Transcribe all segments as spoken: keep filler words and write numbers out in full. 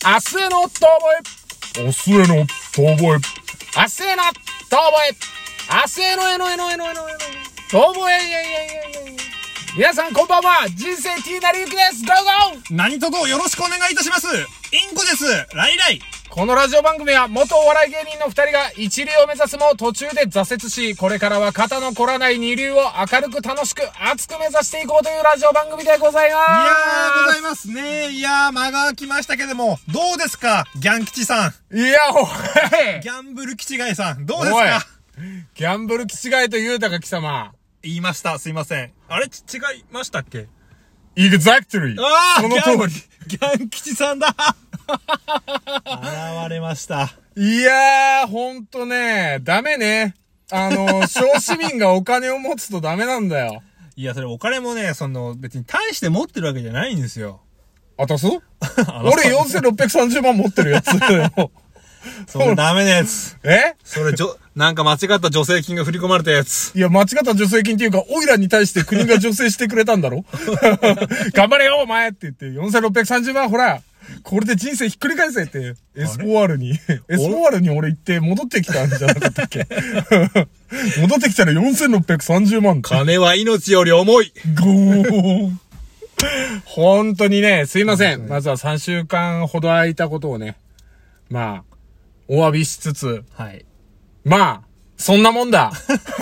明日への遠吠え。明日への遠吠え。明日への遠吠え。明日へのえのえのえのえのえの遠吠え。いやいやいやいや。皆さんこんばんは。人生 T なりゆきです。どうぞ。 何卒よろしくお願いいたします。インコです。ライライ。 このラジオ番組は元お笑い芸人の二人が一流を目指すも途中で挫折し、これからは肩の凝らない二流を明るく楽しく熱く目指していこうというラジオ番組でございます。 いやー、ございますね。いやー、間が空きましたけども、どうですかギャン吉さん。 いや、おいギャンブル吉貝さん、どうですか？ ギャンブル吉貝と言うたか貴様。 言いました。すいません。あれ、ち、違いましたっけ？ Exactly! あー、 その通り。 ギャン吉さんだ現れました。 いやー、ほんとね、ダメね。あの、小市民がお金を持つとダメなんだよ。 いや、それお金もね、その、別に大して持ってるわけじゃないんですよ。 あたす俺よんせんろっぴゃくさんじゅうまん持ってるやつ。 それダメなやつ。 えそれ、じょ、なんか間違った助成金が振り込まれたやつ。 いや、間違った助成金っていうか、オイラに対して国が助成してくれたんだろ頑張れよ、お前って言って、よんせんろっぴゃくさんじゅうまん、ほら、これで人生ひっくり返せって、エスフォーアール に、エスフォーアール に俺行って戻ってきたんじゃなかったっけ戻ってきたらよんせんろっぴゃくさんじゅうまん。 金は命より重い。 ゴーン。本当にね、すいません。まずはさんしゅうかんほど空いたことをね、まあ、お詫びしつつ、 はい。 まあ、そんなもんだ。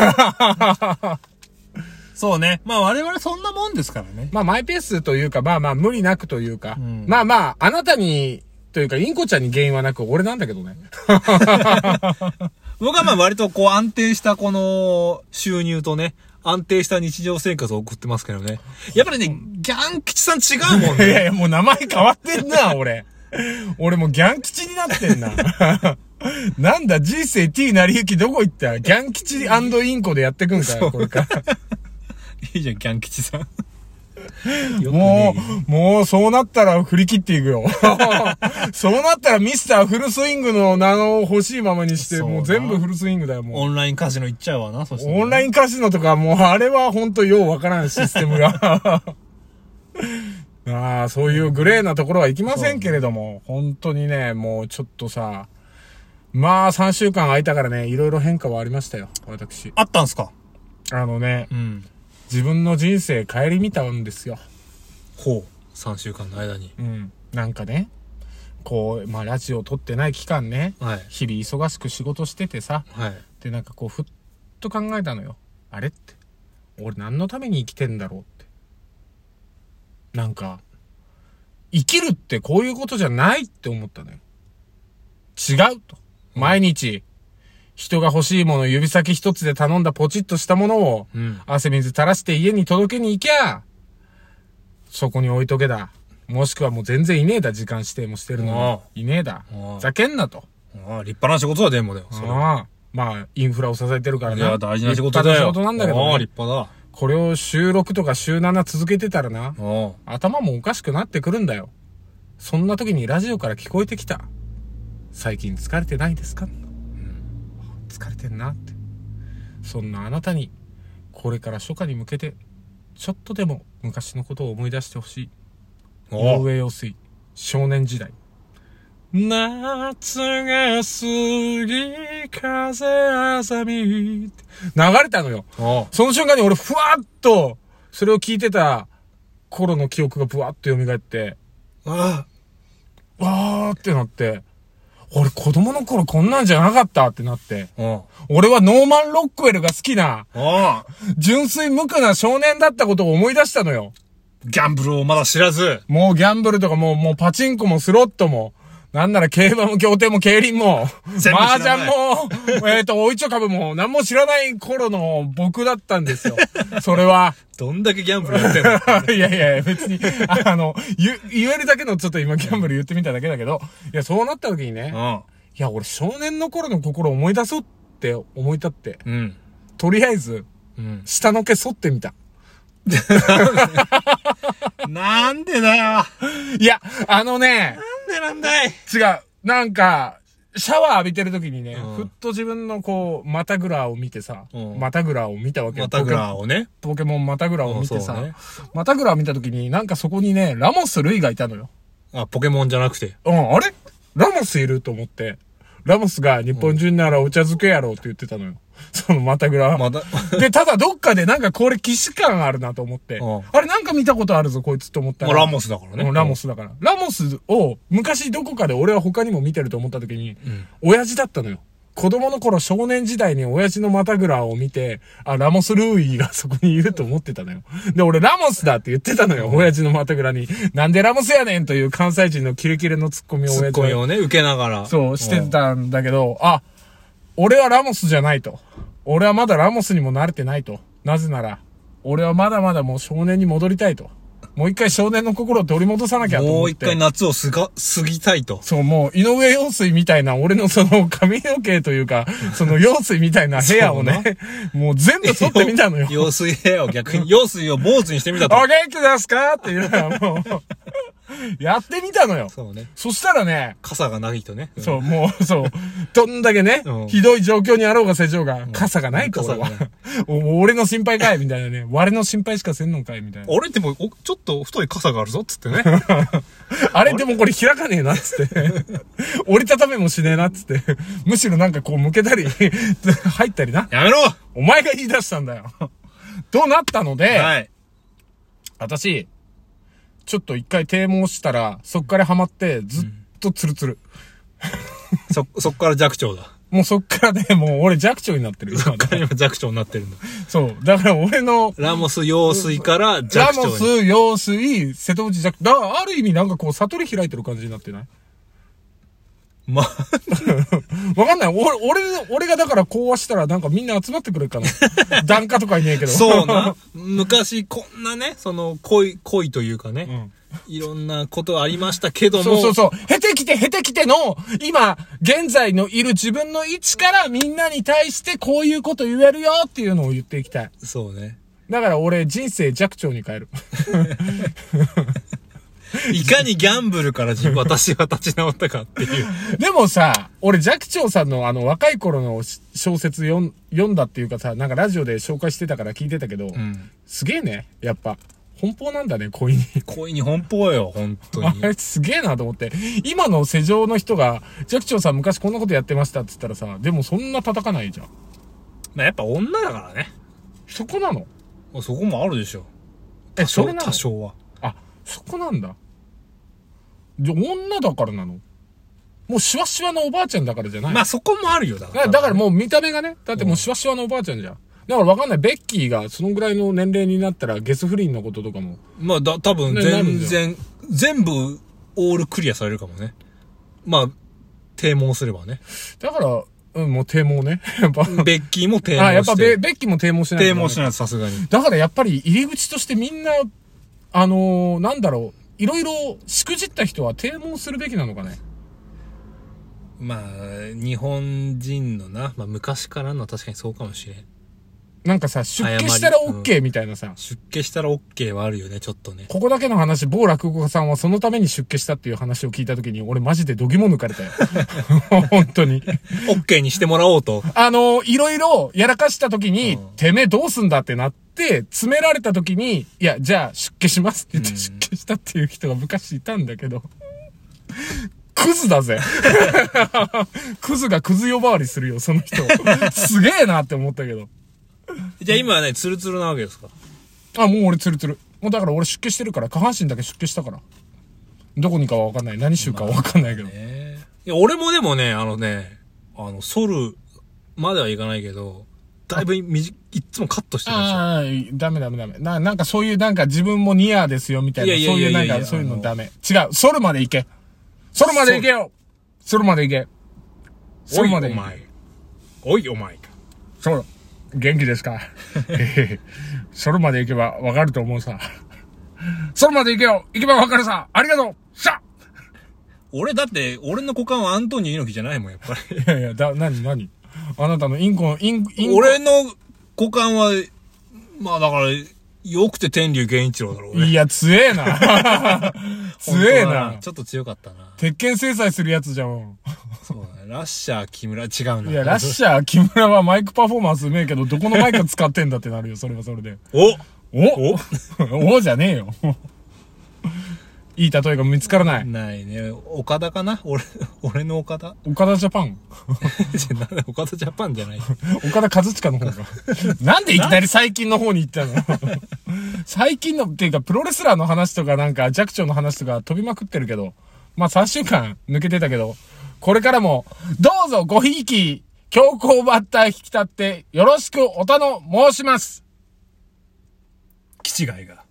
そうね。まあ我々そんなもんですからね。 まあマイペースというか、まあまあ無理なくというか、 うん、 まあまあ、あなたに、というか、インコちゃんに原因はなく、俺なんだけどね。 僕はまあ割とこう安定したこの収入とね、安定した日常生活を送ってますけどね。やっぱりね、ギャン吉さん違うもんね。 いやいや、もう名前変わってんな、俺。俺もうギャン吉になってんな。なんだ、人生 T なりゆきどこ行った？ギャン吉&インコでやってくんかよ、これから。 いいじゃん、ギャン吉さん。 もう、もうそうなったら振り切っていくよ。そうなったらミスターフルスイングの名を欲しいままにして、もう全部フルスイングだよ、もう。 オンラインカジノ行っちゃうわな、そして、ね。 オンラインカジノとかもうあれはほんとようわからんシステムが。ああ、そういうグレーなところはいきませんけれども、本当にね、もうちょっとさ、まあさんしゅうかん空いたからね、いろいろ変化はありましたよ、私。 あったんすか？ あのね、 うん。 自分の人生顧みたんですよ。 ほう。さんしゅうかんの間に。 うん。なんかね、こう、まあラジオ撮ってない期間ね、 はい。 日々忙しく仕事しててさ、 はい。 でなんかこう、ふっと考えたのよ。あれって、俺何のために生きてんだろうって。なんか、生きるってこういうことじゃないって思ったのよ。違うと。毎日、人が欲しいもの指先一つで頼んだポチッとしたものを、うん、汗水垂らして家に届けに行きゃ、そこに置いとけだ。もしくはもう全然いねえだ、時間指定もしてるのに。いねえだ。ざけんなと。 ああ、立派な仕事だ、でもだよ。 ああ。まあ、インフラを支えてるからね。 いや、大事な仕事だよ。 立派な仕事なんだけどね。 ああ、立派だ。 これを週ろくとか週なな続けてたらな、頭もおかしくなってくるんだよ。そんな時にラジオから聞こえてきた。最近疲れてないですか？うん、疲れてんなって。そんなあなたに、これから初夏に向けて、ちょっとでも昔のことを思い出してほしい。井上陽水、少年時代。夏が過ぎ風あざみ流れたのよ。その瞬間に俺ふわっとそれを聞いてた頃の記憶がぶわっと蘇って、ああ、わーってなって、俺子供の頃こんなんじゃなかったってなって、俺はノーマン・ロックウェルが好きな、純粋無垢な少年だったことを思い出したのよ。 ギャンブルをまだ知らず。 もうギャンブルとかもう、もうパチンコもスロットも、なんなら競馬も競艇も競輪も、麻雀も、えっと、おいちょ株も、何も知らない頃の僕だったんですよ。それは。 どんだけギャンブルやってんの？ いやいや、別に、あの、言、言えるだけのちょっと今ギャンブル言ってみただけだけど、いや、そうなった時にね、うん、いや、俺少年の頃の心を思い出そうって思い立って、うん、とりあえず、うん、下の毛剃ってみた。 なんでだよ。 いや、あのね。 なんでなんだい。 違う。なんか、シャワー浴びてる時にね、うん、ふっと自分のこう、マタグラを見てさ、うん、マタグラを見たわけよ。 マタグラをね。 ポケモンマタグラを見てさ、ね、マタグラを見た時になんかそこにね、ラモス・ルイがいたのよ。 あ、ポケモンじゃなくて。 うん、あれラモスいると思って。ラモスが日本人ならお茶漬けやろうって言ってたのよ。そのまたぐら。 まだ。 で、ただどっかでなんかこれ既視感あるなと思って。 うん、 あれなんか見たことあるぞこいつと思ったら。 まあ、ラモスだからね。 うん、ラモスだから。ラモスを昔どこかで俺は他にも見てると思った時に、うん、親父だったのよ。子供の頃少年時代に親父のマタグラを見て、あ、ラモス・ルーイがそこにいると思ってたのよ。で、俺ラモスだって言ってたのよ、親父のマタグラに。なんでラモスやねんという関西人のキレキレのツッコミを親父ツッコミをね、受けながら。 そう、してたんだけど、あ、俺はラモスじゃないと。俺はまだラモスにも慣れてないと。なぜなら、俺はまだまだもう少年に戻りたいと。もう一回少年の心を取り戻さなきゃと思って。 もう一回夏をすが、過ぎたいと。 そう、もう、井上陽水みたいな、俺のその髪の毛というか、その陽水みたいな部屋をね、もう全部剃ってみたのよ。 陽水部屋を逆に、陽水を坊主にしてみたと。 お元気ですかっていうのはもう、やってみたのよ。 そうね。 そしたらね、 傘がないとね。 うん、そう、もう、そう、どんだけね、うん、ひどい状況にあろうがせちょうが、傘がないと俺は。俺の心配かいみたいなね。我の心配しかせんのかいみたいな。 俺でも、ちょっと太い傘があるぞっつってね。 あれでもこれ開かねえなっつって。折りたためもしねえなっつって。むしろなんかこう向けたり、入ったりな。 やめろお前が言い出したんだよ。となったので、はい。私、ちょっと一回低毛したら、そっからハマって、ずっとツルツル。 うん、そ、そっから弱聴だ。 もうそっからね、もう俺弱聴になってる。 そっから今弱聴になってるんだ。 そう。だから俺の。 ラモス陽水から弱聴に。 ラモス陽水、瀬戸内弱聴。だからある意味なんかこう悟り開いてる感じになってないまあ。 わかんない。俺、俺、俺がだから講話したらなんかみんな集まってくれるかな。檀家とかいねえけど。 そうな。昔こんなね、その恋、恋というかね。うんいろんなことありましたけども。 そうそうそう。経てきて経てきての、今、現在のいる自分の位置からみんなに対してこういうこと言えるよっていうのを言っていきたい。 そうね。 だから俺人生弱聴に変える。 いかにギャンブルから自分、私は立ち直ったかっていう。 でもさ、俺寂聴さんのあの若い頃の小説読ん読んだっていうかさ、なんかラジオで紹介してたから聞いてたけど、うん、すげえね、やっぱ。奔放なんだね、恋に。 恋に奔放よ、本当に。 あれすげえなと思って。今の世情の人が、寂聴さん昔こんなことやってましたって言ったらさ、でもそんな叩かないじゃん。 まあやっぱ女だからね。 そこなの？ そこもあるでしょ。 え、それなの？ 多少は。 あ、そこなんだ。じゃ、女だからなの？もうシワシワのおばあちゃんだからじゃない？ まあそこもあるよ、 だから。だからもう見た目がね、だってもうシワシワのおばあちゃんじゃん。だからわかんない。ベッキーがそのぐらいの年齢になったらゲス不倫のこととかも。 まあだ、多分全然、全部オールクリアされるかもね。まあ、低毛すればね。 だから、うん、もう低毛ね。やっぱ。 ベッキーも低毛して。 あ、やっぱベベッキーも低毛しない、 ね。低毛しないとさすがに。 だからやっぱり入り口としてみんな、あのー、なんだろう、いろいろしくじった人は低毛するべきなのかね。 まあ、日本人のな、まあ昔からの確かにそうかもしれん。 なんかさ、出家したら OK みたいなさ、うん。 出家したら OK はあるよね、ちょっとね。 ここだけの話、某落語家さんはそのために出家したっていう話を聞いたときに、俺マジで度肝抜かれたよ。本当に。 OK にしてもらおうと。 あの、いろいろやらかしたときに、うん、てめえどうすんだってなって、詰められたときに、いや、じゃあ出家しますって言って出家したっていう人が昔いたんだけど、クズだぜ。クズがクズ呼ばわりするよ、その人。すげえなって思ったけど。 じゃあ今はね、ツルツルなわけですか？ あ、もう俺ツルツル。もうだから俺出家してるから、下半身だけ出家したから。どこにかはわかんない。何週かはわかんないけど。まあね、いや、俺もでもね、あのね、あの、剃るまではいかないけど、だいぶみじ、いつもカットしてるんですよ。 ああ、ダメダメダメ。な、なんかそういうなんか自分もニアですよみたいな。そういうなんかそういうのダメ。違う。剃るまでいけ。剃るまでいけよ。剃るまでいけ。 剃るまでいけ。おいお前。おいお前か。 そう。元気ですか？それまで行けばわかると思うさ。それまで行けよ行けばわかるさありがとうさ俺だって、俺の股間はアントニオ猪木じゃないもん、やっぱり。 いやいや、だ、なになにあなたのインコの、イン、インコ。 俺の股間は、まあだから、よくて天竜源一郎だろうね。 いや、強えな。強えな。 ちょっと強かったな。 鉄拳制裁するやつじゃん。 そうだね。ラッシャー木村、違うな。 いや、ラッシャー木村はマイクパフォーマンスうめえけど、どこのマイク使ってんだってなるよ、それはそれで。 おおおおじゃねえよ。 いい例えが見つからない。 ないね。岡田かな俺、俺の岡田岡田ジャパン。 岡田ジャパンじゃない。 岡田和親の方が。なんでいきなり最近の方に行ったの最近の、っていうか、プロレスラーの話とかなんか、弱聴の話とか飛びまくってるけど、まあさんしゅうかん抜けてたけど、これからも、どうぞごひいき、強行バッター引き立って、よろしくお頼申します。 気違いが。